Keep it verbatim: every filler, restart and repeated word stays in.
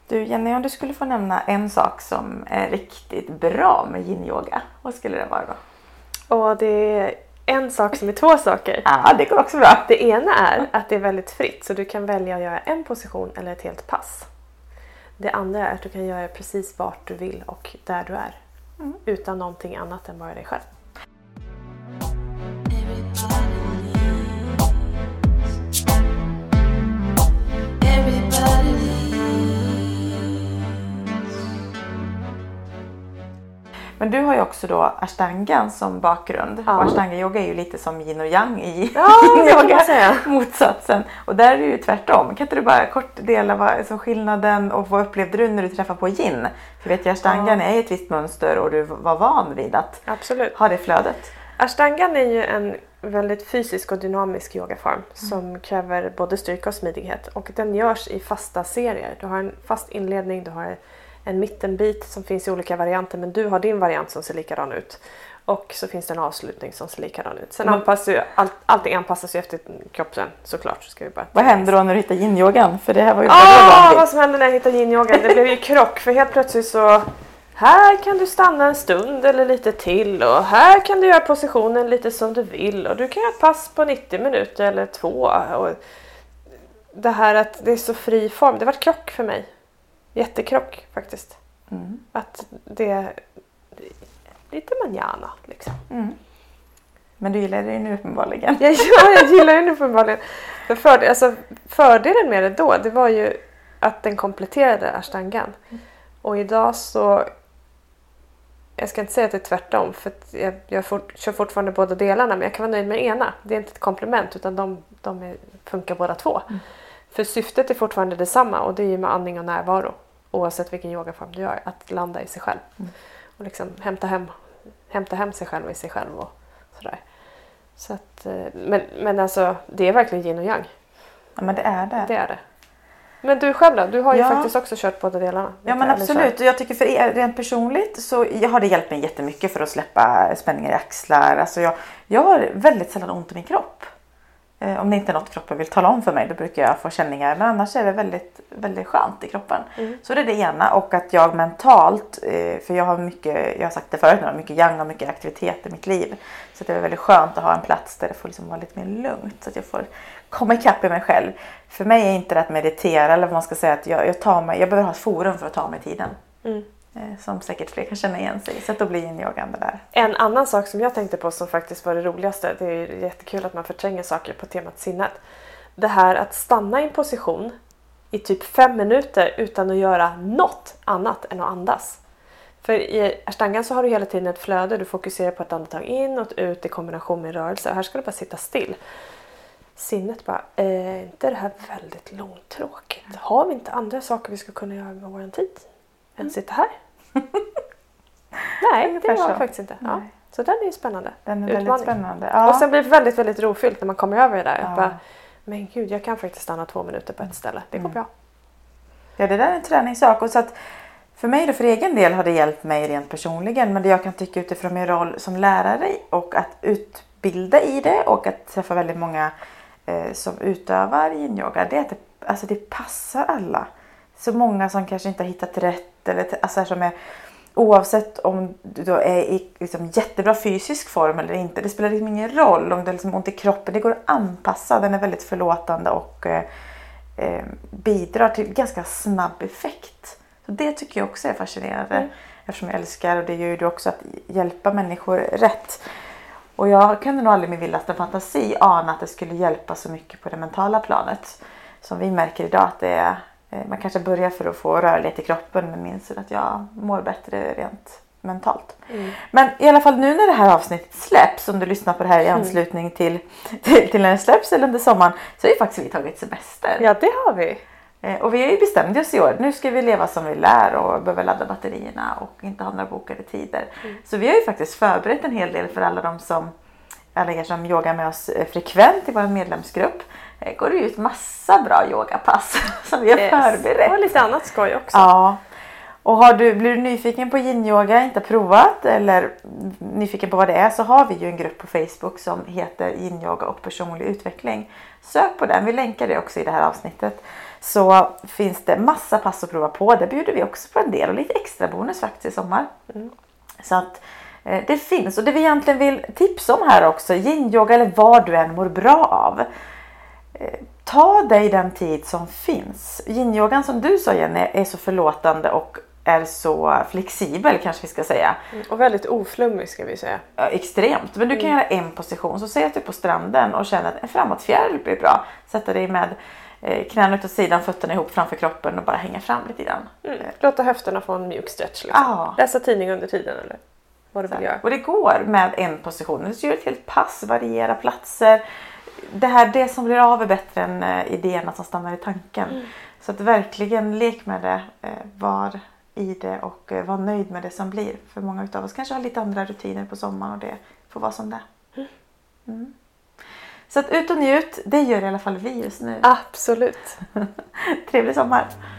Du Jenny, om du skulle få nämna en sak som är riktigt bra med yin-yoga, vad skulle det vara då? Och det är en sak som är två saker. Ja, det går också bra. Det ena är att det är väldigt fritt, så du kan välja att göra en position eller ett helt pass. Det andra är att du kan göra precis vart du vill och där du är. Mm. Utan någonting annat än bara dig själv. Men du har ju också då ashtangan som bakgrund. Ja. Och ashtanga yoga är ju lite som yin och yang i ja, yoga, säga. Motsatsen. Och där är det ju tvärtom. Kan inte du bara kort dela vad som skillnaden och vad upplevde du när du träffade på yin? För vet jag, ashtangan ja. är ett visst mönster och du var van vid att Absolut. ha det flödet. Ashtangan är ju en väldigt fysisk och dynamisk yogaform mm. som kräver både styrka och smidighet. Och den görs i fasta serier. Du har en fast inledning, du har en mittenbit som finns i olika varianter, men du har din variant som ser likadan ut. Och så finns det en avslutning som ser likadan ut. Sen mm. anpassar ju, all, allting anpassas ju efter kroppen såklart. Så ska vi bara vad händer då när du hittar yin-yogan? För det här var ju ah, vad som hände när jag hittade yin-yogan? Det blev ju krock, för helt plötsligt så här kan du stanna en stund eller lite till, och här kan du göra positionen lite som du vill, och du kan göra ett pass på nittio minuter eller två. Och det här att det är så fri form, det var ett krock för mig. Jättekrock faktiskt. Mm. Att det är lite manjana liksom. Mm. Men du gillar det nu uppenbarligen. Ja, jag gillar det nu uppenbarligen. För fördel, alltså, fördelen med det då, det var ju att den kompletterade ashtangan. Mm. Och idag så, jag ska inte säga att det är tvärtom, för att jag, jag fort, kör fortfarande båda delarna, men jag kan vara nöjd med ena. Det är inte ett komplement, utan de, de är, funkar båda två. Mm. För syftet är fortfarande detsamma, och det är ju med andning och närvaro. Oavsett vilken yogaform du gör, att landa i sig själv. Mm. Och liksom hämta hem, hämta hem sig själv i sig själv och sådär. Så att, men, men alltså, det är verkligen yin och yang. Ja, men det är det. Det är det. Men du själv då? Du har ju ja. faktiskt också kört båda delarna. Ja, men absolut. Och jag tycker för er, rent personligt så jag har det hjälpt mig jättemycket för att släppa spänningar i axlar. Alltså jag, jag har väldigt sällan ont i min kropp. Eh, om det inte är något kroppen vill tala om för mig, då brukar jag få känningar. Men annars är det väldigt, väldigt skönt i kroppen. Mm. Så det är det ena. Och att jag mentalt, eh, för jag har mycket, jag har sagt det förut nu, mycket yang och mycket aktivitet i mitt liv. Så det är väldigt skönt att ha en plats där det får liksom vara lite mer lugnt. Så att jag får komma ikapp i mig själv. För mig är inte det att meditera, eller vad man ska säga, att jag, jag, tar mig, jag behöver ha ett forum för att ta mig tiden. Mm. Som säkert fler kan känna igen sig. Så att då blir yin-yogan det där. En annan sak som jag tänkte på som faktiskt var det roligaste. Det är jättekul att man förtränger saker på temat sinnet. Det här att stanna i en position i typ fem minuter utan att göra något annat än att andas. För i ashtangan så har du hela tiden ett flöde. Du fokuserar på ett andetag in och ut i kombination med rörelse. Och här ska du bara sitta still. Sinnet bara, är inte det här väldigt långtråkigt? Har vi inte andra saker vi ska kunna göra med vår tid än mm. sitta här? Nej, det har vi faktiskt inte. Ja. Så den är ju spännande. Den är väldigt spännande. Ja. Och sen blir det väldigt, väldigt rofyllt när man kommer över det där. Ja. Bara, men gud, jag kan faktiskt stanna två minuter på ett ställe. Det går mm. bra. Ja, det där är en träningssak. Och så att för mig då, för egen del har det hjälpt mig rent personligen. Men det jag kan tycka utifrån min roll som lärare och att utbilda i det och att träffa väldigt många eh, som utövar yin-yoga, det är att det, alltså det passar alla. Så många som kanske inte har hittat rätt, eller alltså som är, oavsett om du då är i liksom jättebra fysisk form eller inte. Det spelar liksom ingen roll om det är liksom ont i kroppen. Det går att anpassa. Den är väldigt förlåtande och eh, bidrar till ganska snabb effekt. Så det tycker jag också är fascinerande. Mm. Eftersom jag älskar, och det gör ju också att hjälpa människor rätt. Och jag kunde nog aldrig med vildaste fantasi ana att det skulle hjälpa så mycket på det mentala planet. Som vi märker idag att det är. Man kanske börjar för att få rörlighet i kroppen, men minns att jag mår bättre rent mentalt. Mm. Men i alla fall nu när det här avsnittet släpps, om du lyssnar på det här i anslutning mm. till, till, till när det släpps eller under sommaren, så har ju faktiskt vi tagit semester. Ja, det har vi. Och vi har ju bestämt oss i år. Nu ska vi leva som vi lär och behöver ladda batterierna och inte ha några bokade tider. Mm. Så vi har ju faktiskt förberett en hel del för alla de som, alla er som yogar med oss frekvent i vår medlemsgrupp. Det går det ut massa bra yogapass som vi har yes. förberett. Och lite annat skoj också. Ja. Och har du, blir du nyfiken på yin-yoga, inte provat eller nyfiken på vad det är, så har vi ju en grupp på Facebook som heter yin-yoga och personlig utveckling. Sök på den, vi länkar det också i det här avsnittet. så finns det massa pass att prova på. Det bjuder vi också på en del och lite extra bonus faktiskt i sommar. Mm. Så att eh, det finns. Och det vi egentligen vill tipsa om här också, yin-yoga eller vad du än mår bra av. Eh, ta dig den tid som finns. Yin-yogan som du sa Jenny är så förlåtande och är så flexibel kanske vi ska säga. Mm, och väldigt oflummig ska vi säga. Ja, extremt. Men du kan mm. göra en position. Så säg att du är på stranden och känner att en framåtfjäril blir bra. Sätta dig med eh, knäna ut åt sidan, fötterna ihop framför kroppen och bara hänga fram lite grann. Mm. Låta höfterna få en mjuk stretch. Liksom. Ah. Läsa tidning under tiden eller vad du vill göra. Och det går med en position. Du gör ett helt pass, variera platser. Det här, det som blir av är bättre än eh, idéerna som stannar i tanken. Mm. Så att verkligen lek med det. Eh, var i det och eh, var nöjd med det som blir. För många utav oss kanske har lite andra rutiner på sommaren och det får vara som det. Mm. Så att ut och njut, det gör i alla fall vi just nu. Absolut. Trevlig sommar.